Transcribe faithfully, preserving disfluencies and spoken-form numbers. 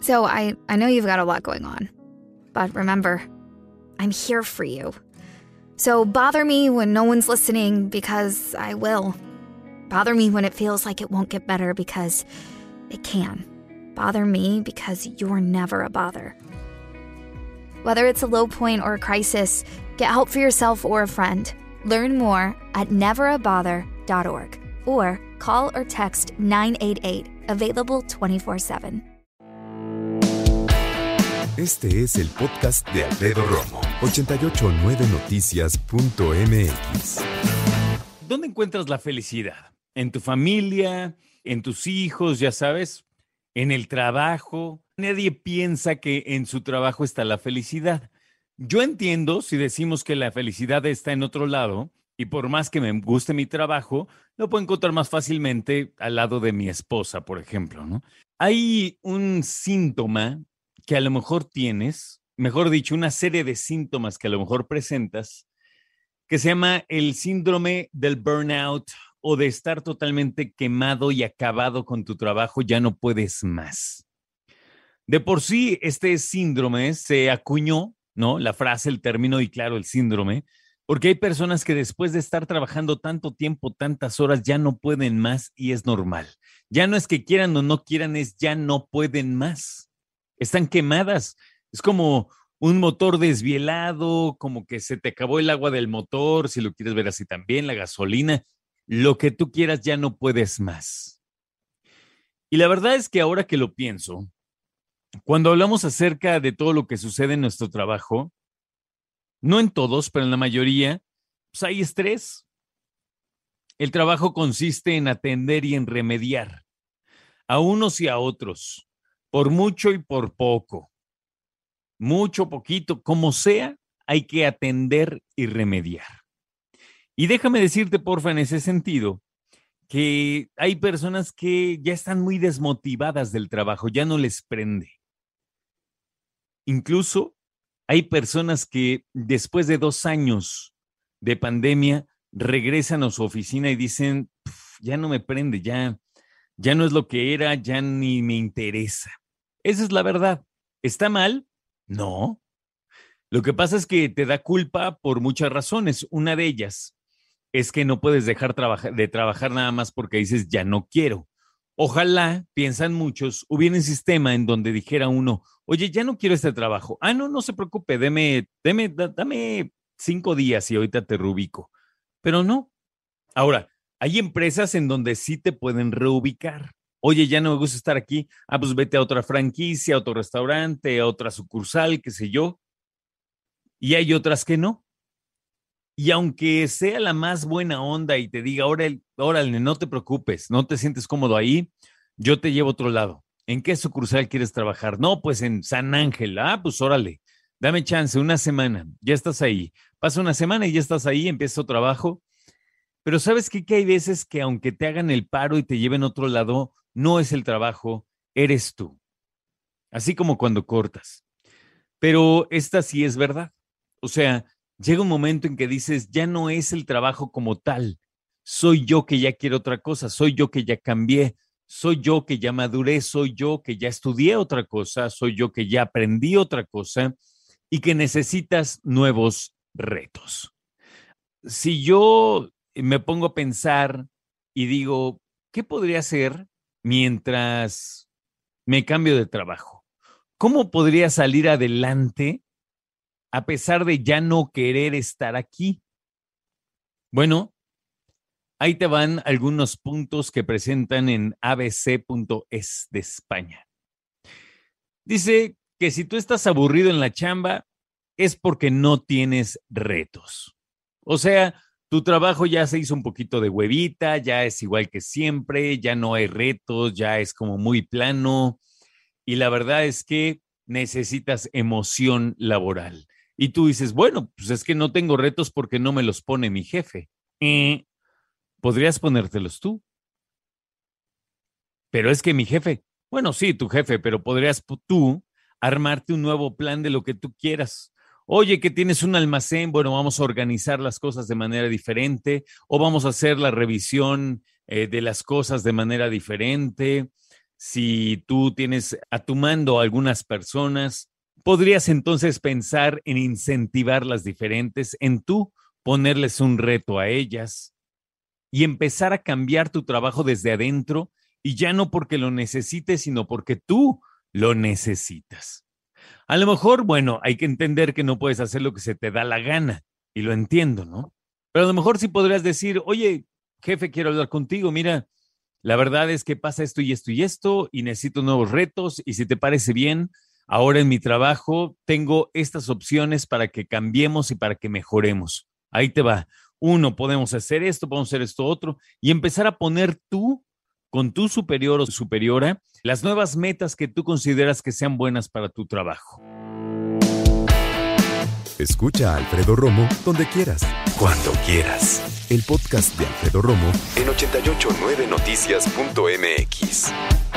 So I, I know you've got a lot going on, but remember, I'm here for you. So bother me when no one's listening, because I will. Bother me when it feels like it won't get better, because it can. Bother me because you're never a bother. Whether it's a low point or a crisis, get help for yourself or a friend. Learn more at never a bother dot org or call or text nine eight eight, available twenty-four seven. Este es el podcast de Alfredo Romo, ochenta y ocho punto nueve noticias punto m x. ¿Dónde encuentras la felicidad? ¿En tu familia? ¿En tus hijos? Ya sabes, ¿en el trabajo? Nadie piensa que en su trabajo está la felicidad. Yo entiendo si decimos que la felicidad está en otro lado, y por más que me guste mi trabajo, lo puedo encontrar más fácilmente al lado de mi esposa, por ejemplo, ¿no? Hay un síntoma que a lo mejor tienes, mejor dicho, una serie de síntomas que a lo mejor presentas, que se llama el síndrome del burnout o de estar totalmente quemado y acabado con tu trabajo, ya no puedes más. De por sí, este síndrome se acuñó, ¿no? La frase, el término y claro, el síndrome, porque hay personas que después de estar trabajando tanto tiempo, tantas horas, ya no pueden más y es normal. Ya no es que quieran o no quieran, es ya no pueden más. Están quemadas. Es como un motor desvielado, como que se te acabó el agua del motor, si lo quieres ver así también, la gasolina, lo que tú quieras, ya no puedes más. Y la verdad es que ahora que lo pienso, cuando hablamos acerca de todo lo que sucede en nuestro trabajo, no en todos, pero en la mayoría, pues hay estrés. El trabajo consiste en atender y en remediar a unos y a otros, por mucho y por poco. Mucho, poquito, como sea, hay que atender y remediar. Y déjame decirte, porfa, en ese sentido, que hay personas que ya están muy desmotivadas del trabajo, ya no les prende. Incluso hay personas que después de dos años de pandemia regresan a su oficina y dicen, ya no me prende, ya, ya no es lo que era, ya ni me interesa. Esa es la verdad. ¿Está mal? No. Lo que pasa es que te da culpa por muchas razones. Una de ellas es que no puedes dejar trabaja- de trabajar nada más porque dices, ya no quiero. Ojalá, piensan muchos, hubiera un sistema en donde dijera uno, oye, ya no quiero este trabajo. Ah, no, no se preocupe, deme, deme, da- dame cinco días y ahorita te reubico. Pero no. Ahora, hay empresas en donde sí te pueden reubicar. Oye, ya no me gusta estar aquí. Ah, pues vete a otra franquicia, a otro restaurante, a otra sucursal, qué sé yo. Y hay otras que no. Y aunque sea la más buena onda y te diga, órale, órale, no te preocupes, no te sientes cómodo ahí, yo te llevo a otro lado. ¿En qué sucursal quieres trabajar? No, pues en San Ángel. Ah, pues órale, dame chance, una semana, ya estás ahí. Pasa una semana y ya estás ahí, empieza tu trabajo. Pero ¿sabes qué? Que hay veces que aunque te hagan el paro y te lleven a otro lado, no es el trabajo, eres tú. Así como cuando cortas. Pero esta sí es verdad. O sea, llega un momento en que dices, ya no es el trabajo como tal. Soy yo que ya quiero otra cosa, soy yo que ya cambié, soy yo que ya maduré, soy yo que ya estudié otra cosa, soy yo que ya aprendí otra cosa y que necesitas nuevos retos. Si yo me pongo a pensar y digo, ¿qué podría hacer mientras me cambio de trabajo? ¿Cómo podría salir adelante a pesar de ya no querer estar aquí? Bueno, ahí te van algunos puntos que presentan en a b c punto es de España. Dice que si tú estás aburrido en la chamba, es porque no tienes retos. O sea, tu trabajo ya se hizo un poquito de huevita, ya es igual que siempre, ya no hay retos, ya es como muy plano. Y la verdad es que necesitas emoción laboral. Y tú dices, bueno, pues es que no tengo retos porque no me los pone mi jefe. Eh, podrías ponértelos tú. Pero es que mi jefe, bueno, sí, tu jefe, pero podrías tú armarte un nuevo plan de lo que tú quieras. Oye, que tienes un almacén, bueno, vamos a organizar las cosas de manera diferente o vamos a hacer la revisión eh, de las cosas de manera diferente. si tú tienes a tu mando a algunas personas, podrías entonces pensar en incentivarlas diferentes, en tú ponerles un reto a ellas y empezar a cambiar tu trabajo desde adentro, y ya no porque lo necesites, sino porque tú lo necesitas. A lo mejor, bueno, hay que entender que no puedes hacer lo que se te da la gana, y lo entiendo, ¿no? Pero a lo mejor sí podrías decir, oye, jefe, quiero hablar contigo, mira, la verdad es que pasa esto y esto y esto, y necesito nuevos retos, y si te parece bien, ahora en mi trabajo tengo estas opciones para que cambiemos y para que mejoremos. Ahí te va. Uno, podemos hacer esto, podemos hacer esto otro, y empezar a poner tú, con tu superior o superiora, las nuevas metas que tú consideras que sean buenas para tu trabajo. Escucha a Alfredo Romo donde quieras, cuando quieras. El podcast de Alfredo Romo en ochenta y ocho punto nueve noticias punto m x.